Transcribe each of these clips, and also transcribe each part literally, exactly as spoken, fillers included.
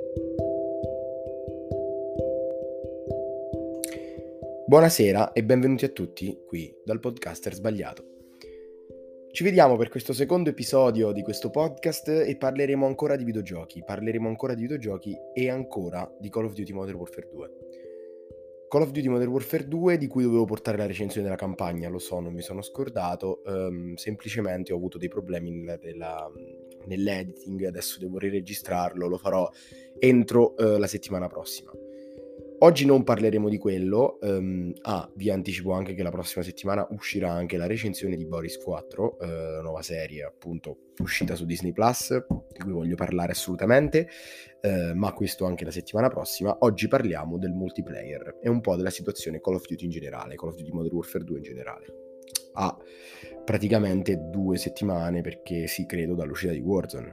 Buonasera e benvenuti a tutti qui dal podcaster sbagliato. Ci vediamo per questo secondo episodio di questo podcast e parleremo ancora di videogiochi, parleremo ancora di videogiochi e ancora di Call of Duty Modern Warfare due. Call of Duty Modern Warfare due, di cui dovevo portare la recensione della campagna, lo so, non mi sono scordato, ehm, semplicemente ho avuto dei problemi nella, della, nell'editing, adesso devo riregistrarlo, lo farò entro eh, la settimana prossima. Oggi non parleremo di quello, um, ah, vi anticipo anche che la prossima settimana uscirà anche la recensione di Boris quattro, uh, nuova serie appunto uscita su Disney Plus, di cui voglio parlare assolutamente, uh, ma questo anche la settimana prossima. Oggi parliamo del multiplayer e un po' della situazione Call of Duty in generale, Call of Duty Modern Warfare due in generale. Ha praticamente due settimane, perché sì, credo, dall'uscita di Warzone.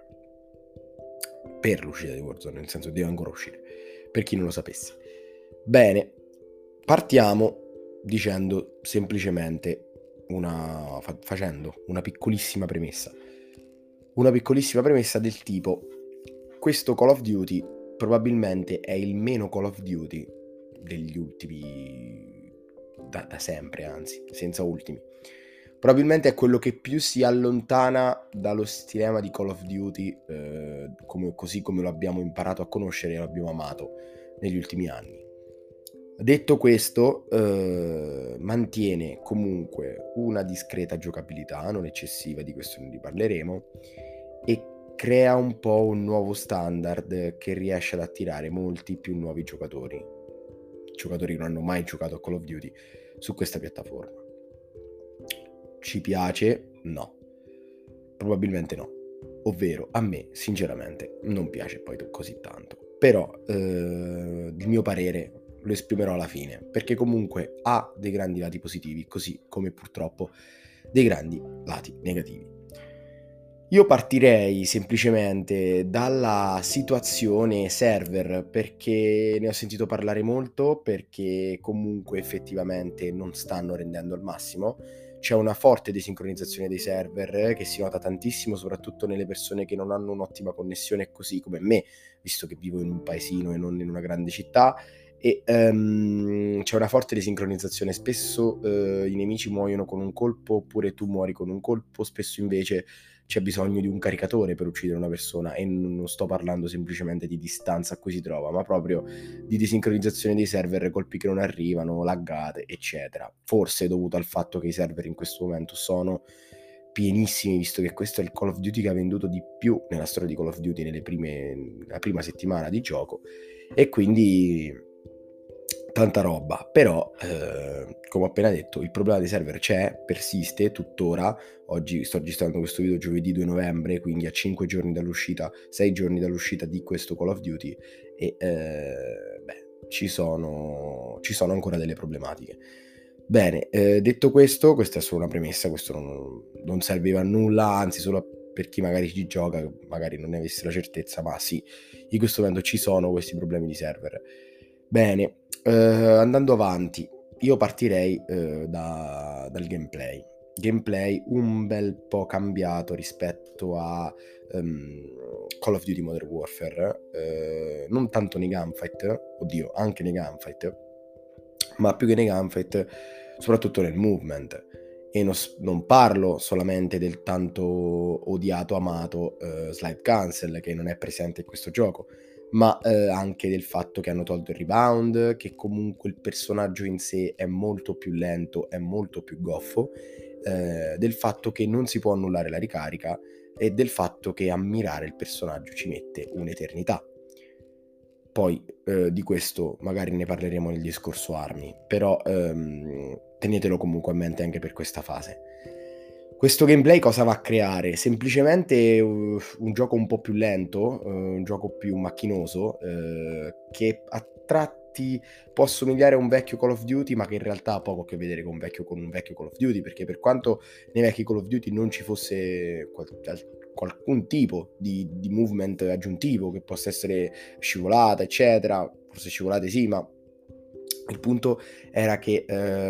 Per l'uscita di Warzone, nel senso deve ancora uscire, per chi non lo sapesse. Bene, partiamo dicendo semplicemente una fa- facendo una piccolissima premessa. Una piccolissima premessa del tipo: questo Call of Duty probabilmente è il meno Call of Duty degli ultimi da, da sempre, anzi, senza ultimi. Probabilmente è quello che più si allontana dallo stilema di Call of Duty, eh, come, così come lo abbiamo imparato a conoscere e lo abbiamo amato negli ultimi anni. Detto questo, eh, mantiene comunque una discreta giocabilità, non eccessiva, di questo ne riparleremo, e crea un po' un nuovo standard che riesce ad attirare molti più nuovi giocatori, giocatori che non hanno mai giocato a Call of Duty su questa piattaforma. Ci piace? No. Probabilmente no. Ovvero, a me, sinceramente, non piace poi così tanto. Però, eh, il mio parere lo esprimerò alla fine, perché comunque ha dei grandi lati positivi, così come purtroppo dei grandi lati negativi. Io partirei semplicemente dalla situazione server, perché ne ho sentito parlare molto, perché comunque effettivamente non stanno rendendo al massimo. C'è una forte desincronizzazione dei server che si nota tantissimo, soprattutto nelle persone che non hanno un'ottima connessione, così come me, visto che vivo in un paesino e non in una grande città. E um, c'è una forte desincronizzazione, spesso uh, i nemici muoiono con un colpo oppure tu muori con un colpo, spesso invece c'è bisogno di un caricatore per uccidere una persona, e non sto parlando semplicemente di distanza a cui si trova, ma proprio di desincronizzazione dei server, colpi che non arrivano, laggate, eccetera. Forse dovuto al fatto che i server in questo momento sono pienissimi, visto che questo è il Call of Duty che ha venduto di più nella storia di Call of Duty nelle prime, la prima settimana di gioco, e quindi tanta roba. Però eh, come ho appena detto, il problema dei server c'è, persiste tuttora. Oggi sto registrando questo video giovedì due novembre, quindi a cinque giorni dall'uscita, sei giorni dall'uscita di questo Call of Duty, e eh, beh, ci sono, ci sono ancora delle problematiche. Bene, eh, detto questo, questa è solo una premessa, questo non, non serviva a nulla, anzi solo per chi magari ci gioca, magari non ne avesse la certezza, ma sì, in questo momento ci sono questi problemi di server. Bene, eh, andando avanti, io partirei eh, da, dal gameplay. Gameplay un bel po' cambiato rispetto a um, Call of Duty Modern Warfare, eh, non tanto nei gunfight, oddio, anche nei gunfight, ma più che nei gunfight, soprattutto nel movement. E non, non parlo solamente del tanto odiato, amato uh, slide cancel, che non è presente in questo gioco, ma eh, anche del fatto che hanno tolto il rebound, che comunque il personaggio in sé è molto più lento, è molto più goffo, eh, del fatto che non si può annullare la ricarica, e del fatto che ammirare il personaggio ci mette un'eternità. Poi eh, di questo magari ne parleremo nel discorso armi, però ehm, tenetelo comunque a mente anche per questa fase. Questo gameplay cosa va a creare? Semplicemente uh, un gioco un po' più lento, uh, un gioco più macchinoso, uh, che a tratti può somigliare a un vecchio Call of Duty, ma che in realtà ha poco a che vedere con un vecchio, con un vecchio Call of Duty, perché per quanto nei vecchi Call of Duty non ci fosse qual- qualcun tipo di, di movement aggiuntivo, che possa essere scivolata, eccetera, forse scivolate sì, ma il punto era che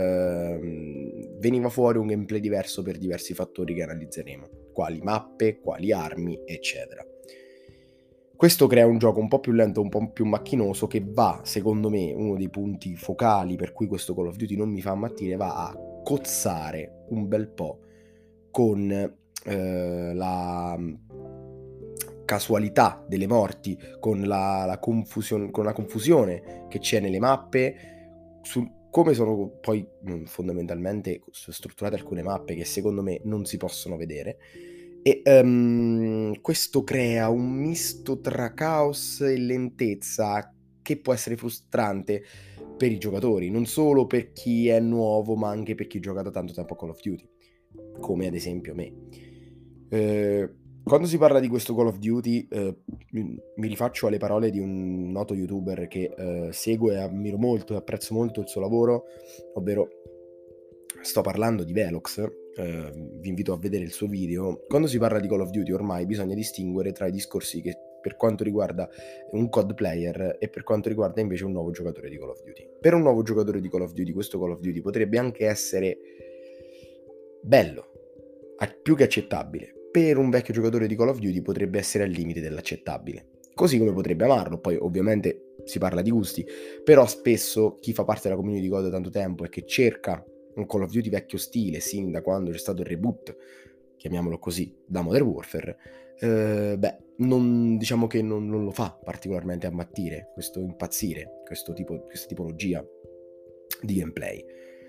ehm, veniva fuori un gameplay diverso per diversi fattori che analizzeremo, quali mappe, quali armi, eccetera. Questo crea un gioco un po' più lento, un po' più macchinoso, che va, secondo me, uno dei punti focali per cui questo Call of Duty non mi fa ammattire, va a cozzare un bel po' con eh, la casualità delle morti, con la, la confusione, con la confusione che c'è nelle mappe, su come sono poi mh, fondamentalmente strutturate alcune mappe che secondo me non si possono vedere. E um, questo crea un misto tra caos e lentezza che può essere frustrante per i giocatori, non solo per chi è nuovo, ma anche per chi gioca da tanto tempo a Call of Duty, come ad esempio me. Eh, quando si parla di questo Call of Duty, eh, mi rifaccio alle parole di un noto youtuber che eh, seguo e ammiro molto e apprezzo molto il suo lavoro, ovvero sto parlando di Velox. Eh, vi invito a vedere il suo video. Quando si parla di Call of Duty ormai bisogna distinguere tra i discorsi che per quanto riguarda un C O D player e per quanto riguarda invece un nuovo giocatore di Call of Duty. Per un nuovo giocatore di Call of Duty questo Call of Duty potrebbe anche essere bello, più che accettabile. Per un vecchio giocatore di Call of Duty potrebbe essere al limite dell'accettabile, così come potrebbe amarlo. Poi ovviamente si parla di gusti, però spesso chi fa parte della community di C O D da tanto tempo e che cerca un Call of Duty vecchio stile, sin da quando c'è stato il reboot, chiamiamolo così, da Modern Warfare, eh, beh, non, diciamo che non, non lo fa particolarmente ammattire, questo impazzire, questo tipo, questa tipologia di gameplay.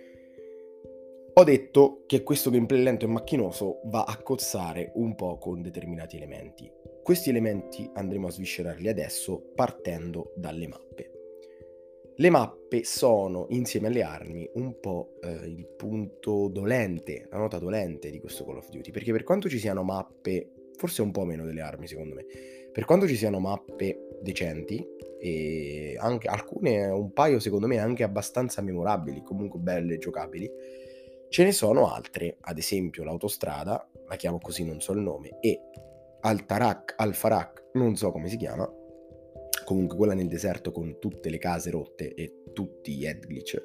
Ho detto che questo gameplay lento e macchinoso va a cozzare un po' con determinati elementi. Questi elementi andremo a sviscerarli adesso partendo dalle mappe. Le mappe sono, insieme alle armi, un po' eh, il punto dolente, la nota dolente di questo Call of Duty, perché per quanto ci siano mappe, forse un po' meno delle armi secondo me, per quanto ci siano mappe decenti, e anche alcune, un paio secondo me anche abbastanza memorabili, comunque belle e giocabili, ce ne sono altre, ad esempio l'autostrada, la chiamo così, non so il nome, e Al-Tarak, Al-Farak, non so come si chiama, comunque quella nel deserto con tutte le case rotte e tutti gli head glitch,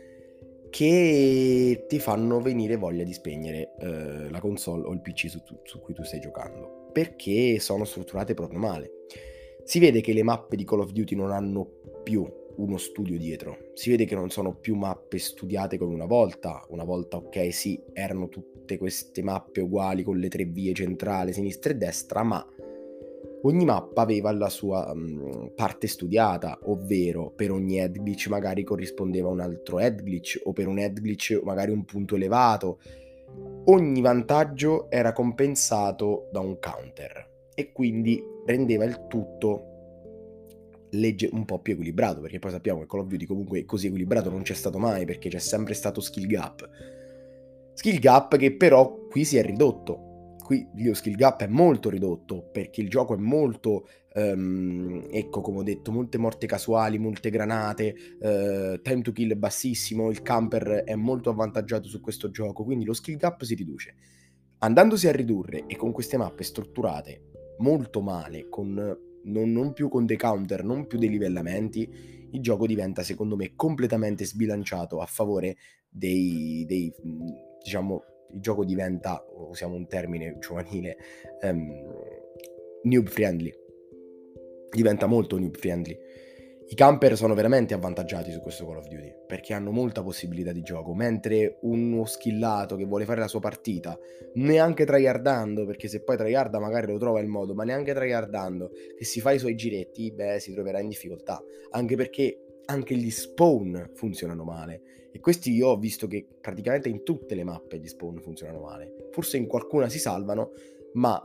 che ti fanno venire voglia di spegnere eh, la console o il P C su, tu, su cui tu stai giocando, perché sono strutturate proprio male. Si vede che le mappe di Call of Duty non hanno più uno studio dietro, si vede che non sono più mappe studiate come una volta. Una volta, ok, sì, erano tutte queste mappe uguali con le tre vie centrale, sinistra e destra, ma ogni mappa aveva la sua um, parte studiata, ovvero per ogni head glitch magari corrispondeva un altro head glitch, o per un head glitch magari un punto elevato. Ogni vantaggio era compensato da un counter e quindi rendeva il tutto legge un po' più equilibrato, perché poi sappiamo che Call of Duty comunque così equilibrato non c'è stato mai, perché c'è sempre stato skill gap. Skill gap che però qui si è ridotto. Qui lo skill gap è molto ridotto, perché il gioco è molto, um, ecco come ho detto, molte morte casuali, molte granate, uh, time to kill è bassissimo, il camper è molto avvantaggiato su questo gioco, quindi lo skill gap si riduce. Andandosi a ridurre e con queste mappe strutturate molto male, con, non, non più con dei counter, non più dei livellamenti, il gioco diventa secondo me completamente sbilanciato a favore dei, dei diciamo, il gioco diventa, usiamo un termine giovanile, um, noob friendly, diventa molto noob friendly. I camper sono veramente avvantaggiati su questo Call of Duty, perché hanno molta possibilità di gioco, mentre uno skillato che vuole fare la sua partita, neanche tryhardando, perché se poi tryharda magari lo trova il modo, ma neanche tryhardando, che si fa i suoi giretti, beh, si troverà in difficoltà, anche perché anche gli spawn funzionano male, e questi io ho visto che praticamente in tutte le mappe gli spawn funzionano male, forse in qualcuna si salvano, ma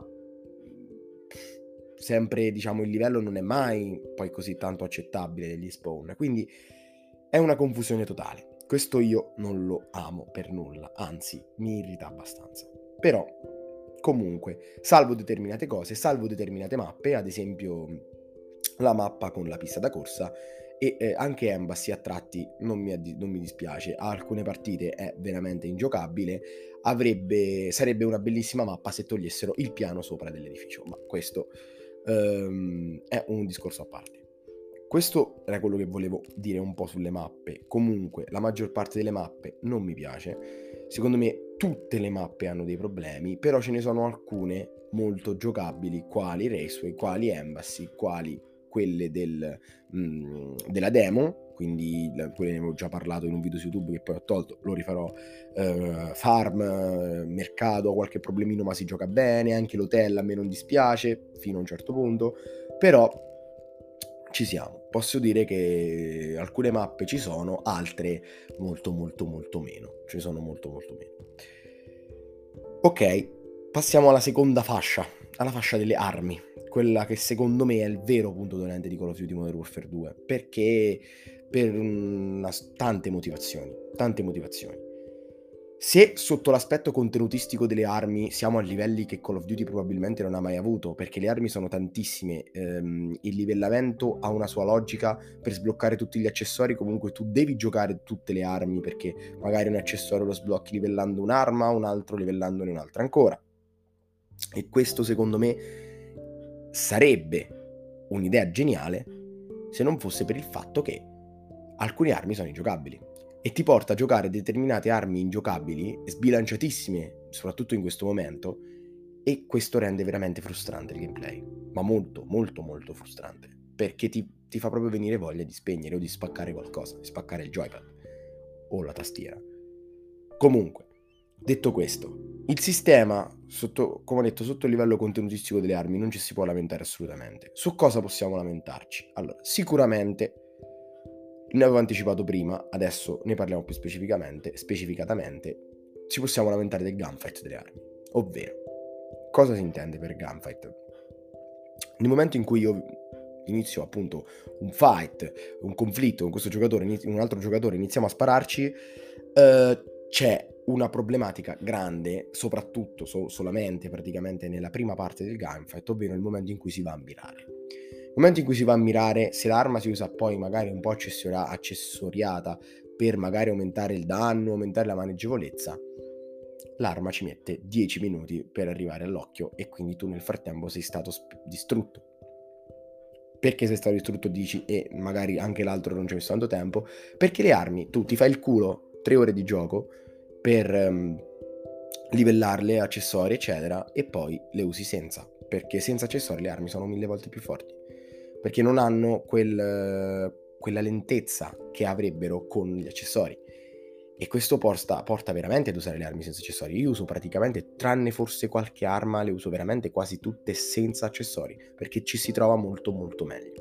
sempre, diciamo, il livello non è mai poi così tanto accettabile degli spawn, quindi è una confusione totale. Questo io non lo amo per nulla, anzi mi irrita abbastanza. Però comunque salvo determinate cose, salvo determinate mappe, ad esempio la mappa con la pista da corsa, e eh, anche Embassy a tratti non mi, addi- non mi dispiace, a alcune partite è veramente ingiocabile, avrebbe, sarebbe una bellissima mappa se togliessero il piano sopra dell'edificio, ma questo um, è un discorso a parte. Questo era quello che volevo dire un po' sulle mappe. Comunque la maggior parte delle mappe non mi piace, secondo me tutte le mappe hanno dei problemi, però ce ne sono alcune molto giocabili, quali Raceway, quali Embassy, quali quelle del, mh, della demo, quindi quelle ne avevo già parlato in un video su YouTube che poi ho tolto, lo rifarò. Uh, farm, uh, mercato, qualche problemino ma si gioca bene, anche l'hotel a me non dispiace fino a un certo punto, però ci siamo. Posso dire che alcune mappe ci sono, altre molto molto molto meno, ci sono molto molto meno. Ok, passiamo alla seconda fascia, alla fascia delle armi, quella che secondo me è il vero punto dolente di Call of Duty Modern Warfare due, perché per una, tante motivazioni, tante motivazioni. Se sotto l'aspetto contenutistico delle armi siamo a livelli che Call of Duty probabilmente non ha mai avuto, perché le armi sono tantissime, ehm, il livellamento ha una sua logica, per sbloccare tutti gli accessori comunque tu devi giocare tutte le armi, perché magari un accessorio lo sblocchi livellando un'arma, un altro livellandone un'altra ancora. E questo secondo me sarebbe un'idea geniale se non fosse per il fatto che alcune armi sono ingiocabili e ti porta a giocare determinate armi ingiocabili, sbilanciatissime, soprattutto in questo momento, e questo rende veramente frustrante il gameplay, ma molto, molto, molto frustrante, perché ti, ti fa proprio venire voglia di spegnere o di spaccare qualcosa, di spaccare il joypad o la tastiera. Comunque, detto questo, il sistema, sotto, come ho detto, sotto il livello contenutistico delle armi non ci si può lamentare assolutamente. Su cosa possiamo lamentarci? Allora, sicuramente, ne avevo anticipato prima, adesso ne parliamo più specificamente, specificatamente, ci possiamo lamentare del gunfight delle armi. Ovvero, cosa si intende per gunfight? Nel momento in cui io inizio appunto un fight, un conflitto con questo giocatore, un altro giocatore, iniziamo a spararci, eh, c'è una problematica grande, soprattutto so- solamente praticamente nella prima parte del gunfight, ovvero il momento in cui si va a mirare. Nel momento in cui si va a mirare, se l'arma si usa poi magari un po' accessoria- accessoriata per magari aumentare il danno, aumentare la maneggevolezza, l'arma ci mette dieci minuti per arrivare all'occhio e quindi tu nel frattempo sei stato sp- distrutto. Perché sei stato distrutto dici e magari anche l'altro non ci ha messo tanto tempo? Perché le armi, tu ti fai il culo tre ore di gioco per um, livellarle, accessori eccetera, e poi le usi senza, perché senza accessori le armi sono mille volte più forti, perché non hanno quel, quella lentezza che avrebbero con gli accessori. E questo porta, porta veramente ad usare le armi senza accessori. Io uso praticamente, tranne forse qualche arma, le uso veramente quasi tutte senza accessori, perché ci si trova molto molto meglio.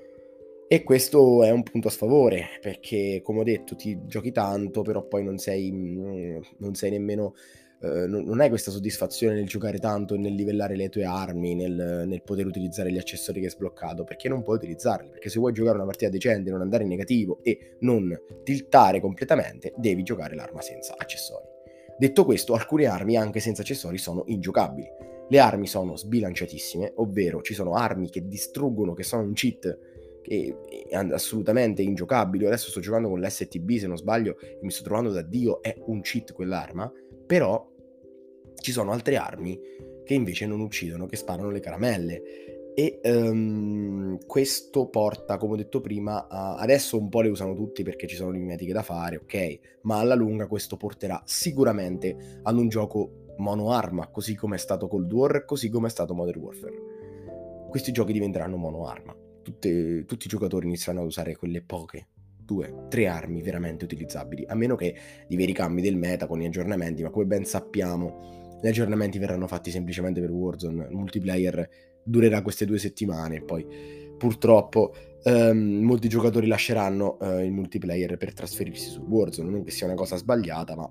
E questo è un punto a sfavore, perché come ho detto ti giochi tanto, però poi non sei, non sei nemmeno... Uh, non, non hai questa soddisfazione nel giocare tanto e nel livellare le tue armi, nel, nel poter utilizzare gli accessori che hai sbloccato, perché non puoi utilizzarli, perché se vuoi giocare una partita decente, non andare in negativo e non tiltare completamente, devi giocare l'arma senza accessori. Detto questo, alcune armi anche senza accessori sono ingiocabili. Le armi sono sbilanciatissime, ovvero ci sono armi che distruggono, che sono un cheat che è assolutamente ingiocabili. Adesso sto giocando con l'S T B se non sbaglio e mi sto trovando da Dio, è un cheat quell'arma, però ci sono altre armi che invece non uccidono, che sparano le caramelle e um, questo porta, come ho detto prima, a... adesso un po' le usano tutti perché ci sono mimetiche da fare, ok, ma alla lunga questo porterà sicuramente ad un gioco mono arma, così come è stato Cold War, così come è stato Modern Warfare. Questi giochi diventeranno mono arma. Tutte, tutti i giocatori inizieranno ad usare quelle poche, due, tre armi veramente utilizzabili, a meno che di veri cambi del meta con gli aggiornamenti, ma come ben sappiamo gli aggiornamenti verranno fatti semplicemente per Warzone, il multiplayer durerà queste due settimane, poi purtroppo ehm, molti giocatori lasceranno eh, il multiplayer per trasferirsi su Warzone, non che sia una cosa sbagliata, ma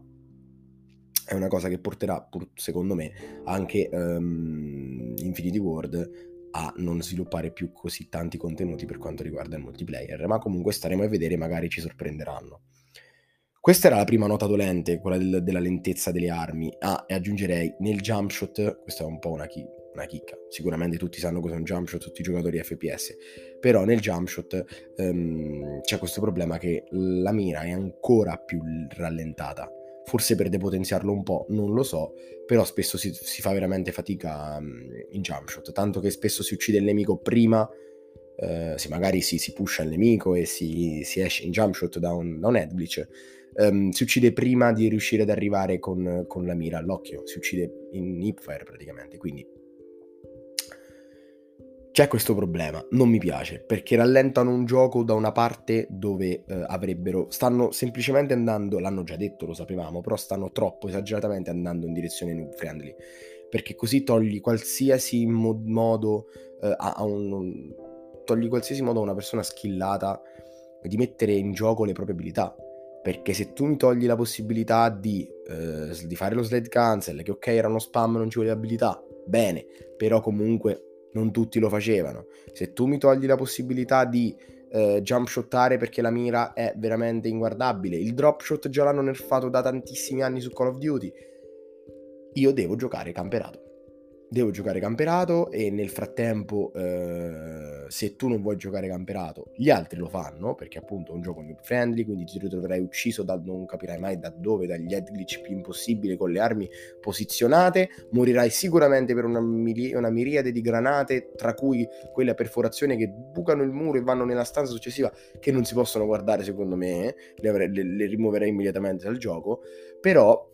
è una cosa che porterà, pur, secondo me, anche um, Infinity Ward a non sviluppare più così tanti contenuti per quanto riguarda il multiplayer, ma comunque staremo a vedere, magari ci sorprenderanno. Questa era la prima nota dolente, quella del, della lentezza delle armi. Ah, e aggiungerei, nel jump shot, questa è un po' una, chi, una chicca, sicuramente tutti sanno cos'è un jump shot, tutti i giocatori F P S, però nel jump shot um, c'è questo problema che la mira è ancora più rallentata, forse per depotenziarlo un po', non lo so, però spesso si, si fa veramente fatica um, in jump shot, tanto che spesso si uccide il nemico prima, uh, se magari si, si pusha il nemico e si, si esce in jump shot da un, da un head glitch, um, si uccide prima di riuscire ad arrivare con, con la mira all'occhio, si uccide in hipfire praticamente, quindi C'è questo problema, non mi piace, perché rallentano un gioco da una parte dove eh, avrebbero, stanno semplicemente andando, l'hanno già detto, lo sapevamo, però stanno troppo esageratamente andando in direzione noob friendly, perché così togli qualsiasi mo- modo eh, a, a un, un- togli qualsiasi modo a una persona skillata di mettere in gioco le proprie abilità. Perché se tu mi togli la possibilità di, eh, di fare lo slide cancel, che ok era uno spam, non ci voleva abilità, bene, però comunque non tutti lo facevano. Se tu mi togli la possibilità di eh, jump shottare perché la mira è veramente inguardabile, il drop shot già l'hanno nerfato da tantissimi anni su Call of Duty, io devo giocare camperato. Devo giocare camperato e nel frattempo eh, se tu non vuoi giocare camperato gli altri lo fanno, perché appunto è un gioco noob friendly, quindi ti ritroverai ucciso da non capirai mai da dove, dagli head glitch più impossibili con le armi posizionate, morirai sicuramente per una, miri- una miriade di granate, tra cui quelle a perforazione che bucano il muro e vanno nella stanza successiva, che non si possono guardare secondo me, le, avrei, le, le rimuoverei immediatamente dal gioco. Però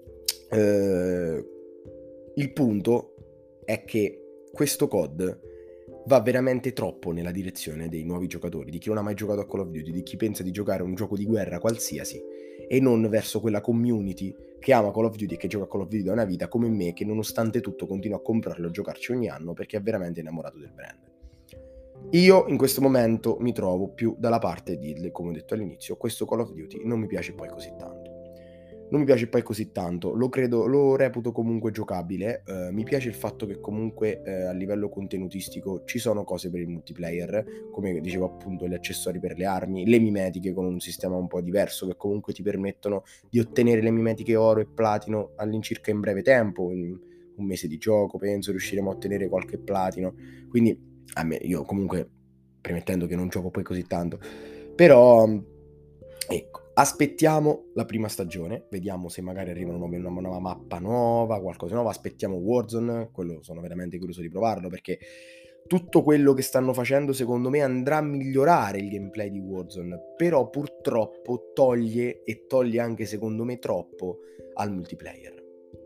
eh, il punto è che questo C O D va veramente troppo nella direzione dei nuovi giocatori, di chi non ha mai giocato a Call of Duty, di chi pensa di giocare un gioco di guerra qualsiasi, e non verso quella community che ama Call of Duty e che gioca a Call of Duty da una vita, come me, che nonostante tutto continua a comprarlo e a giocarci ogni anno perché è veramente innamorato del brand. Io in questo momento mi trovo più dalla parte di, come ho detto all'inizio, questo Call of Duty non mi piace poi così tanto. Non mi piace poi così tanto, lo credo, lo reputo comunque giocabile, eh, mi piace il fatto che comunque eh, a livello contenutistico ci sono cose per il multiplayer, come dicevo appunto gli accessori per le armi, le mimetiche con un sistema un po' diverso che comunque ti permettono di ottenere le mimetiche oro e platino all'incirca in breve tempo, in un mese di gioco penso riusciremo a ottenere qualche platino, quindi a me, io comunque premettendo che non gioco poi così tanto, però ecco, aspettiamo la prima stagione, vediamo se magari arriva una nuova, una nuova mappa nuova, qualcosa di nuovo, aspettiamo Warzone, quello sono veramente curioso di provarlo perché tutto quello che stanno facendo secondo me andrà a migliorare il gameplay di Warzone, però purtroppo toglie e toglie anche secondo me troppo al multiplayer.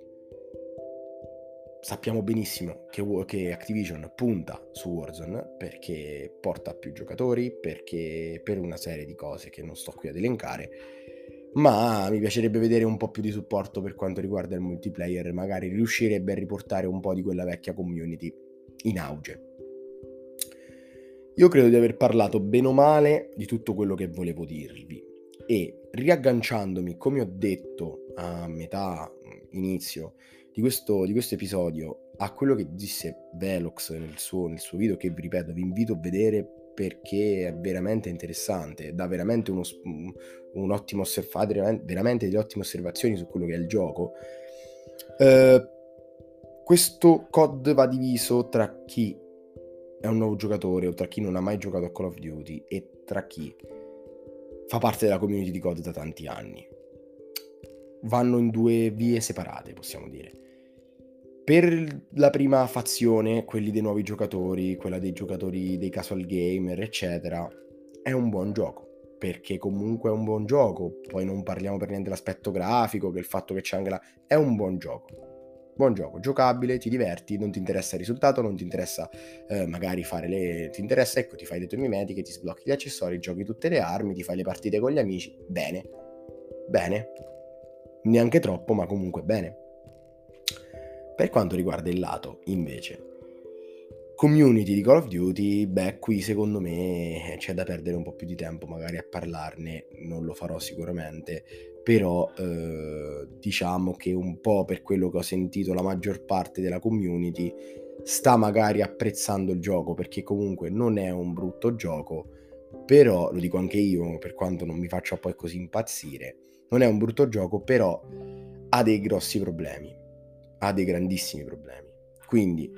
Sappiamo benissimo che, che Activision punta su Warzone perché porta più giocatori, perché per una serie di cose che non sto qui ad elencare, ma mi piacerebbe vedere un po' più di supporto per quanto riguarda il multiplayer, magari riuscirebbe a riportare un po' di quella vecchia community in auge. Io credo di aver parlato bene o male di tutto quello che volevo dirvi e riagganciandomi, come ho detto a metà inizio di questo, di questo episodio, a quello che disse Velox nel suo, nel suo video, che vi ripeto vi invito a vedere perché è veramente interessante, dà veramente uno, un ottimo osservare, veramente delle ottime osservazioni su quello che è il gioco. Eh, questo C O D va diviso tra chi è un nuovo giocatore o tra chi non ha mai giocato a Call of Duty e tra chi fa parte della community di C O D da tanti anni. Vanno in due vie separate, possiamo dire. Per la prima fazione, quelli dei nuovi giocatori, quella dei giocatori dei casual gamer, eccetera, è un buon gioco, perché comunque è un buon gioco. Poi non parliamo per niente dell'aspetto grafico, che il fatto che c'è anche la... è un buon gioco. Buon gioco, giocabile, ti diverti, non ti interessa il risultato, non ti interessa eh, magari fare le... ti interessa, ecco, ti fai le tue mimetiche, ti sblocchi gli accessori, giochi tutte le armi, ti fai le partite con gli amici, bene, bene, neanche troppo, ma comunque bene. Per quanto riguarda il lato, invece, community di Call of Duty, beh, qui secondo me c'è da perdere un po' più di tempo magari a parlarne, non lo farò sicuramente, però eh, diciamo che un po' per quello che ho sentito la maggior parte della community sta magari apprezzando il gioco, perché comunque non è un brutto gioco, però, lo dico anche io, per quanto non mi faccia poi così impazzire, non è un brutto gioco, però ha dei grossi problemi, ha dei grandissimi problemi. Quindi,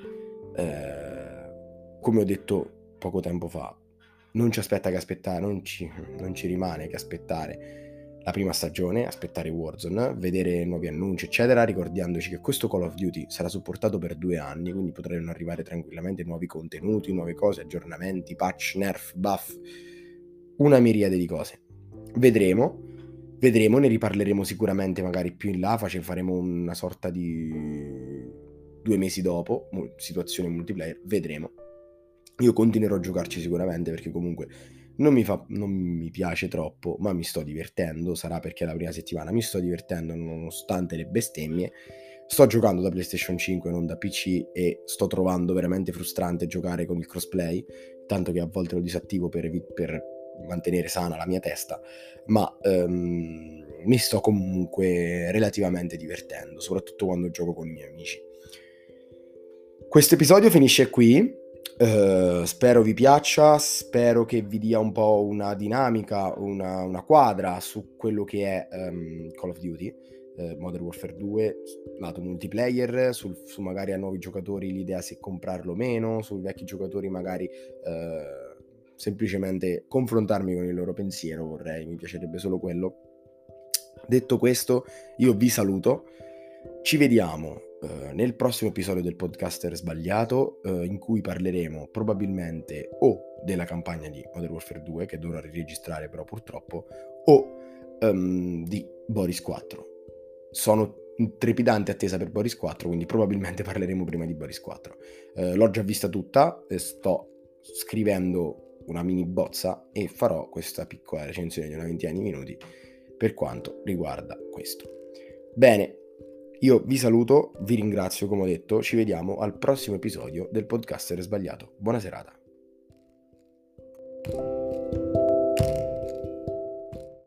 eh, come ho detto poco tempo fa, non ci aspetta che aspettare, non ci, non ci rimane che aspettare la prima stagione, aspettare Warzone, vedere nuovi annunci, eccetera, ricordandoci che questo Call of Duty sarà supportato per due anni, quindi potranno arrivare tranquillamente nuovi contenuti, nuove cose, aggiornamenti, patch, nerf, buff, una miriade di cose. Vedremo, vedremo, ne riparleremo sicuramente magari più in là, faremo una sorta di due mesi dopo, situazione multiplayer, vedremo. Io continuerò a giocarci sicuramente perché comunque non mi fa non mi piace troppo, ma mi sto divertendo, sarà perché è la prima settimana, mi sto divertendo nonostante le bestemmie. Sto giocando da PlayStation cinque, non da P C, e sto trovando veramente frustrante giocare con il crossplay, tanto che a volte lo disattivo per evi per mantenere sana la mia testa, ma, ehm, mi sto comunque relativamente divertendo, soprattutto quando gioco con i miei amici. Questo episodio finisce qui. Uh, spero vi piaccia, spero che vi dia un po' una dinamica, una, una quadra su quello che è um, Call of Duty, uh, Modern Warfare due, lato multiplayer, sul, su magari a nuovi giocatori l'idea se comprarlo o meno, sui vecchi giocatori magari uh, semplicemente confrontarmi con il loro pensiero, vorrei, mi piacerebbe solo quello. Detto questo, io vi saluto, ci vediamo Uh, nel prossimo episodio del Podcaster Sbagliato, uh, in cui parleremo probabilmente o della campagna di Modern Warfare due, che dovrò riregistrare però purtroppo, o um, di Boris quattro. Sono in trepidante attesa per Boris quattro, quindi probabilmente parleremo prima di Boris quattro. Uh, l'ho già vista tutta, e sto scrivendo una mini bozza e farò questa piccola recensione di una ventina di minuti per quanto riguarda questo. Bene, io vi saluto, vi ringrazio come ho detto, ci vediamo al prossimo episodio del Podcaster Sbagliato. Buona serata.